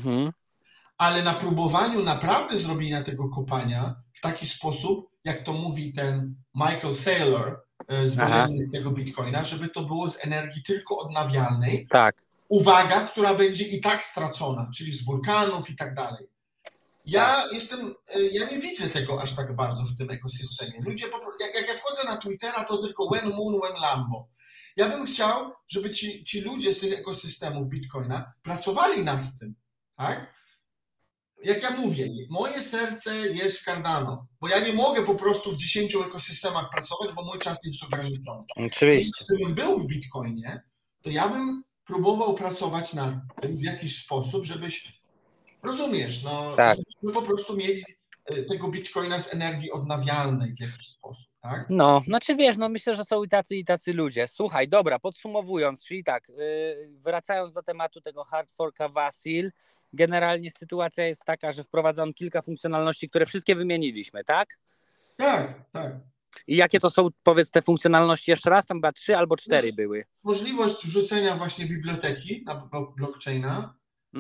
ale na próbowaniu naprawdę zrobienia tego kopania w taki sposób, jak to mówi ten Michael Saylor, zwolennik tego Bitcoina, żeby to było z energii tylko odnawialnej. Tak. Uwaga, która będzie i tak stracona, czyli z wulkanów i tak dalej. Ja nie widzę tego aż tak bardzo w tym ekosystemie. Ludzie, jak ja wchodzę na Twittera, to tylko when moon, when Lambo. Ja bym chciał, żeby ci ludzie z tych ekosystemów Bitcoina pracowali nad tym, tak? Jak ja mówię, moje serce jest w Cardano, bo ja nie mogę po prostu w 10 ekosystemach pracować, bo mój czas jest ograniczony. Oczywiście. Gdybym był w Bitcoinie, to ja bym próbował pracować nad tym w jakiś sposób, żebyś, rozumiesz, żebyśmy po prostu mieli tego Bitcoina z energii odnawialnej w jakiś sposób, tak? No, znaczy wiesz, myślę, że są i tacy ludzie. Słuchaj, dobra, podsumowując, czyli tak, wracając do tematu tego hard forka Vasil, generalnie sytuacja jest taka, że wprowadzam kilka funkcjonalności, które wszystkie wymieniliśmy, tak? Tak. I jakie to są, powiedz, te funkcjonalności jeszcze raz? Tam chyba 3 albo 4 były. Możliwość wrzucenia właśnie biblioteki na blockchaina,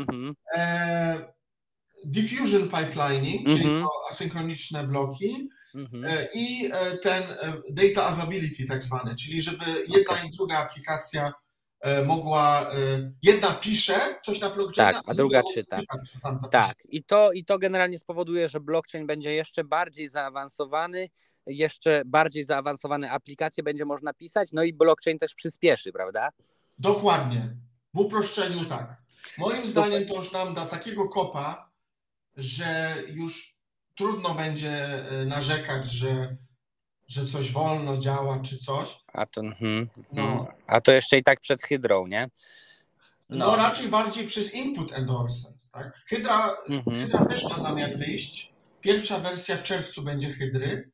diffusion pipelining, czyli to asynchroniczne bloki, i ten data availability tak zwany, czyli żeby jedna i druga aplikacja mogła, jedna pisze coś na blockchaina, a druga czyta. Tak, i to generalnie spowoduje, że blockchain będzie jeszcze bardziej zaawansowany, jeszcze bardziej zaawansowane aplikacje będzie można pisać, no i blockchain też przyspieszy, prawda? Dokładnie. W uproszczeniu tak. Moim zdaniem to już nam da takiego kopa, że już trudno będzie narzekać, że coś wolno działa czy coś. A to jeszcze i tak przed Hydrą, nie? No raczej bardziej przez input endorsers, tak? Hydra też ma zamiar wyjść. Pierwsza wersja w czerwcu będzie Hydry,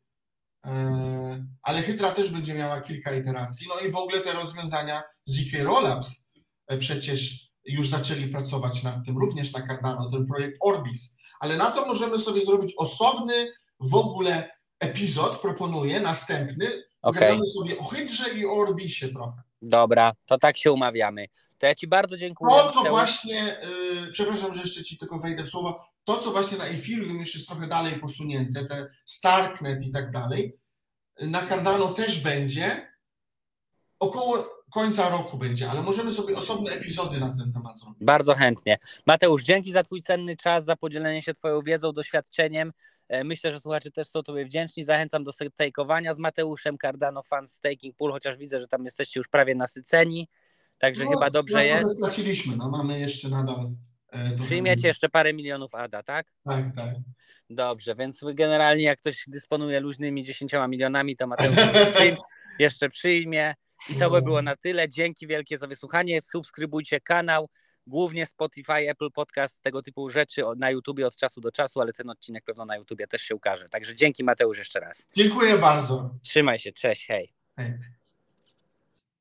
ale Hydra też będzie miała kilka iteracji. No i w ogóle te rozwiązania ZK Rollups przecież już zaczęli pracować nad tym, również na Cardano, ten projekt Orbis. Ale na to możemy sobie zrobić osobny w ogóle epizod, proponuję, następny. Pogadamy sobie o Hydrze i o Orbisie trochę. Dobra, to tak się umawiamy. To ja Ci bardzo dziękuję. To, co właśnie, przepraszam, że jeszcze Ci tylko wejdę w słowo, to, co właśnie na Ethereum już jest trochę dalej posunięte, te Starknet i tak dalej, na Cardano też będzie, około końca roku będzie, ale możemy sobie osobne epizody na ten temat zrobić. Bardzo chętnie. Mateusz, dzięki za Twój cenny czas, za podzielenie się Twoją wiedzą, doświadczeniem. Myślę, że słuchacze też są Tobie wdzięczni. Zachęcam do stake'owania z Mateuszem, Cardano Funds Staking Pool, chociaż widzę, że tam jesteście już prawie nasyceni, także chyba dobrze jest. Straciliśmy, mamy jeszcze nadal... Przyjmiecie jeszcze parę milionów ADA, tak? Tak. Dobrze, więc generalnie jak ktoś dysponuje luźnymi 10 milionami, to Mateusz jeszcze przyjmie. I to by było na tyle. Dzięki wielkie za wysłuchanie. Subskrybujcie kanał, głównie Spotify, Apple Podcast, tego typu rzeczy na YouTubie od czasu do czasu, ale ten odcinek pewno na YouTubie też się ukaże. Także dzięki, Mateusz, jeszcze raz. Dziękuję bardzo. Trzymaj się, cześć, hej. Hej.